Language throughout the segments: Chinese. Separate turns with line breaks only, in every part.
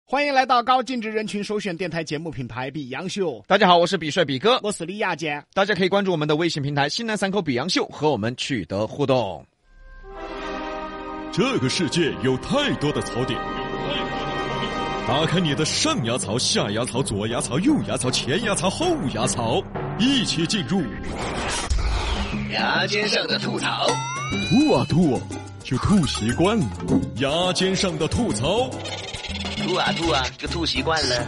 欢迎来到高净值人群首选电台节目品牌比洋秀。
大家好，我是比帅比哥，
我是李亚坚。
大家可以关注我们的微信平台西南三口比洋秀，和我们取得互动。
这个世界有太多的槽点，打开你的上牙槽、下牙槽、左牙槽、右牙槽、前牙槽、后牙槽，一起进入
牙尖上的吐槽。
吐啊吐啊，就吐习惯了。牙尖上的吐槽，
吐啊吐啊，就吐习惯了。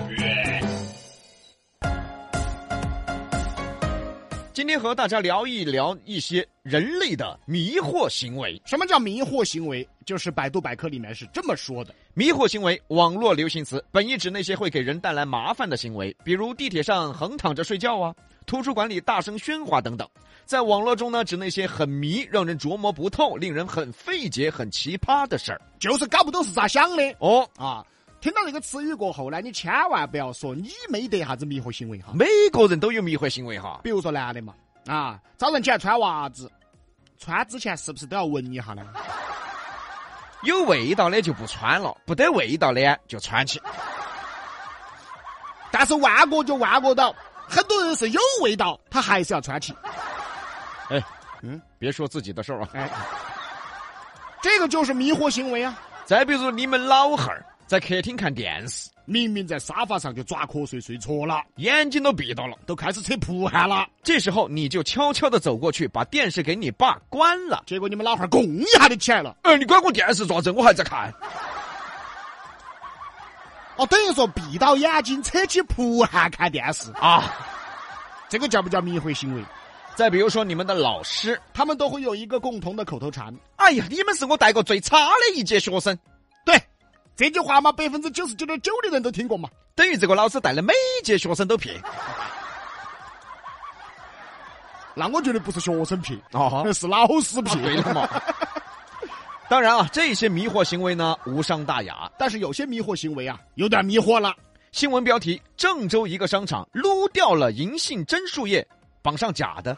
今天和大家聊一聊一些人类的迷惑行为。
什么叫迷惑行为？就是百度百科里面是这么说的：
迷惑行为，网络流行词，本意指那些会给人带来麻烦的行为，比如地铁上横躺着睡觉啊，图书馆里大声喧哗等等。在网络中呢，指那些很迷、让人琢磨不透、令人很费解、很奇葩的事儿，
就是搞不懂是咋想的
哦
啊。听到这个词语过后呢，你千万不要说你没得啥子迷惑行为哈。
每个人都有迷惑行为哈。
比如说男的嘛，啊，早上起来穿袜子，穿之前是不是都要闻一下呢？
有味道的就不穿了，不得味道的就穿起。
但是万过就万过到，很多人是有味道，他还是要穿起。
别说自己的事儿啊。
这个就是迷惑行为啊。
再比如你们老汉儿在客厅看电视，
明明在沙发上就抓瞌睡睡错了，
眼睛都闭到了，
都开始扯蒲汗了。
这时候你就悄悄地走过去，把电视给你爸关了。
结果你们老汉儿拱一下就起来了。
你关我电视做子，我还在看。
哦，等于说闭到眼睛扯起蒲汗看电视
啊，
这个叫不叫迷惑行为？
再比如说你们的老师，
他们都会有一个共同的口头禅：
哎呀，你们是我带过最差的一届学生。
对，这句话嘛，99.9%的人都听过嘛。
等于这个老师带的每一届学生都骗。
那我觉得不是学生骗，是老师骗。
对了嘛。当然啊，这些迷惑行为呢无伤大雅，
但是有些迷惑行为啊，有点迷惑了。
新闻标题：郑州一个商场撸掉了银杏真树叶，绑上假的。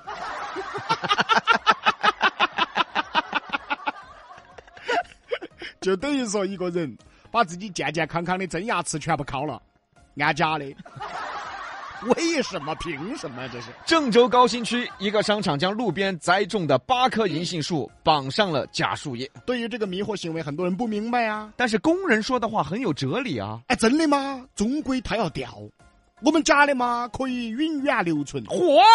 就等于说一个人把自己健健康康的真牙齿全部敲了，安假的。为什么？凭什么？这是
郑州高新区一个商场将路边栽种的8棵银杏树绑上了假树叶。
对于这个迷惑行为，很多人不明白啊。
但是工人说的话很有哲理啊。
真的吗？终归它要掉，我们假的嘛可以永远留存。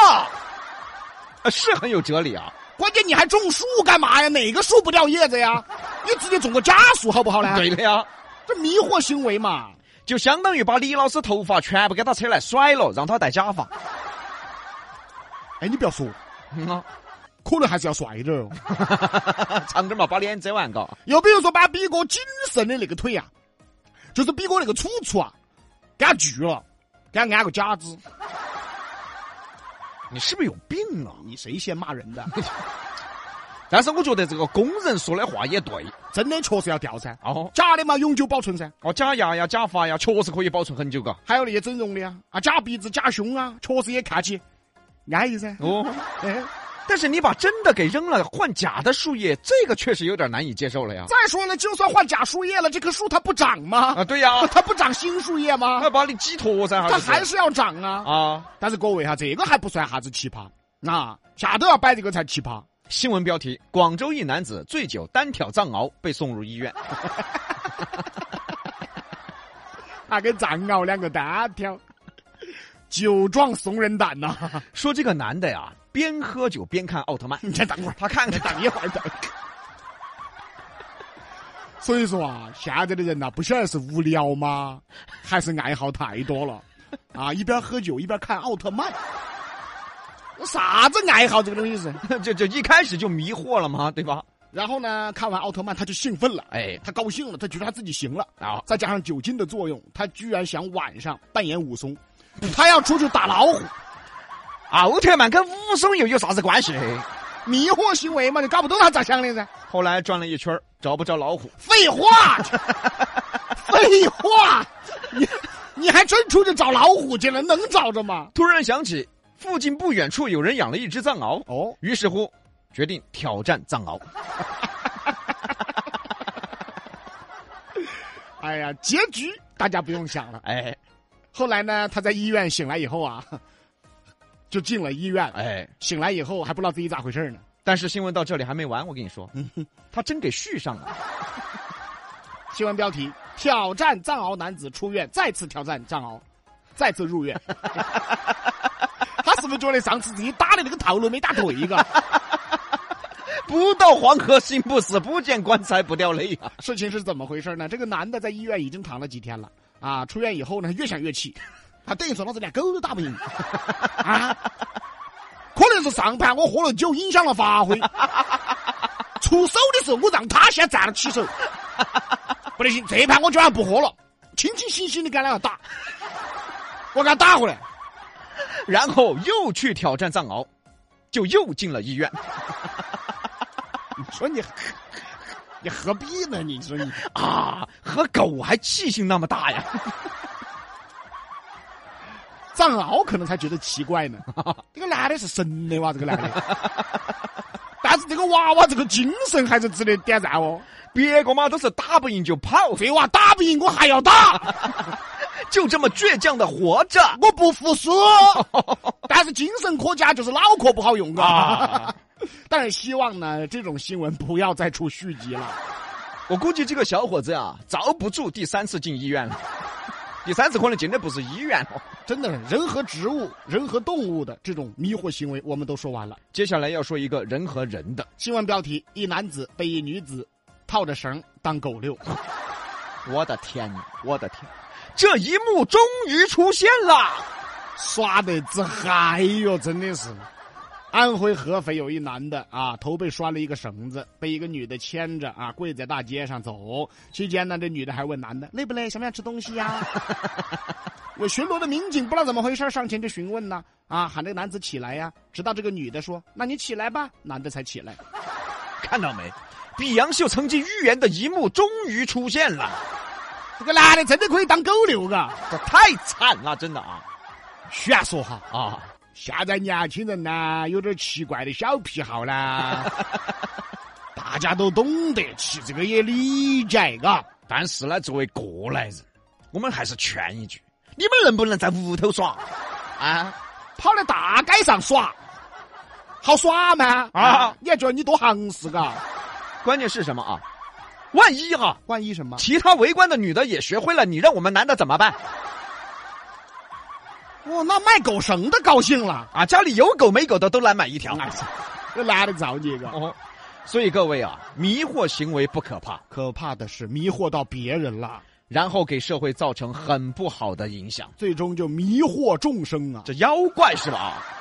是很有哲理啊。
关键你还种树干嘛呀？哪个树不掉叶子呀？你直接种个假树好不好呢？
对的呀，
这迷惑行为嘛，
就相当于把李老师头发全部给他扯来甩了，让他戴假发。
你不要说，可能还是要帅点哦。
长点嘛，把脸遮完嘎。
又比如说把比哥仅剩的那个腿啊，就是比哥那个楚楚啊，给他锯了，给他安个假肢。
你是不是有病啊？
你谁先骂人的？
但是我觉得这个工人说的话也对，
真的确实要掉噻。
假
的嘛永久保存噻。
假牙呀、假发呀，确实可以保存很久嘎。
还有那些整容的呀，假鼻子、假胸啊，确实也看起安逸噻。
但是你把真的给扔了，换假的树叶，这个确实有点难以接受了呀。
再说了，就算换假树叶了，这棵树它不长吗？
对呀，
它不长新树叶吗？
它把你挤脱噻，
它还是要长啊。但是各位哈，这个还不算啥子奇葩啊，下都要摆这个才奇葩。
新闻标题：广州一男子醉酒单挑藏獒被送入医院。
他跟藏獒两个单挑，酒壮怂人胆呐。
说这个男的呀，边喝酒边看奥特曼。
你先等会儿，
他看看，
等一会儿等。所以说啊，现在的人呐，不晓得是无聊吗，还是爱好太多了啊！一边喝酒一边看奥特曼。啥子爱好这个东西是
就一开始就迷惑了嘛，对吧？
然后呢，看完奥特曼他就兴奋了，他高兴了，他觉得他自己行了啊！再加上酒精的作用，他居然想晚上扮演武松，他要出去打老虎。
奥特曼跟武松又有啥子关系？
迷惑行为嘛，你搞不懂他咋想的噻。
后来转了一圈，找不着老虎。
废话，废话，你还真出去找老虎去了？能找着吗？
突然想起附近不远处有人养了一只藏獒，于是乎决定挑战藏獒。
哎呀，结局大家不用想了。
哎
后来呢，他在医院醒来以后啊，就进了医院。
哎，
醒来以后还不知道自己咋回事呢。
但是新闻到这里还没完，我跟你说，他真给续上了。
新闻标题：挑战藏獒男子出院，再次挑战藏獒，再次入院。他是不是觉得上次自己打的那个套路没打对一个？
不到黄河心不死，不见棺材不掉泪啊！
事情是怎么回事呢？这个男的在医院已经躺了几天了啊，出院以后呢，越想越气，他等于说老子连狗都打不赢啊！可能是上盘我喝了酒影响了发挥，出手的时候我让他先站了起手，不得行，这盘我就要不喝了，清清醒醒的跟他打，我给他打回来，
然后又去挑战藏獒，就又进了医院。
你说你何必呢？你说你
啊，和狗还气性那么大呀？
藏獒可能才觉得奇怪呢。这个男的是神的哇，这个男的，但是这个娃娃这个精神还是值得点赞哦。
别个嘛都是打不赢就跑，
这娃打不赢我还要打，
就这么倔强的活着，
我不服输。但是精神可嘉，就是脑壳不好用啊。但是希望呢，这种新闻不要再出续集了。
我估计这个小伙子啊，遭不住第3次进医院了。第3次可能进的不是医院哦。
真的，人和植物、人和动物的这种迷惑行为，我们都说完了。
接下来要说一个人和人的
新闻标题：一男子被一女子套着绳当狗遛。
我的天哪！我的天，这一幕终于出现了，
耍得之嗨哟，真的是。安徽合肥有一男的啊，头被拴了一个绳子，被一个女的牵着啊，跪在大街上走。期间呢，这女的还问男的累不累，想不想吃东西呀？有巡逻的民警不知道怎么回事，上前就询问呢，啊，喊这个男子起来呀。直到这个女的说：“那你起来吧。”男的才起来。
看到没？比杨秀曾经预言的一幕终于出现了。
这个男的真的可以当狗遛噶，
这太惨了，真的啊！
炫说哈
啊！
现在年轻人呢，有点奇怪的小癖好啦，大家都懂得，其实这个也理解嘎。
但是呢，作为过来人，我们还是劝一句：你们能不能在屋头耍啊？
跑到大街上耍，好耍吗？啊，你还觉得你多行势嘎？
关键是什么啊？万一啊，
万一什么？
其他围观的女的也学会了，你让我们男的怎么办？
哦，那卖狗绳的高兴了
啊！家里有狗没狗的都来买一条，
这男的造孽个。
哦，所以各位啊，迷惑行为不可怕，
可怕的是迷惑到别人了，
然后给社会造成很不好的影响，
最终就迷惑众生啊！
这妖怪是吧？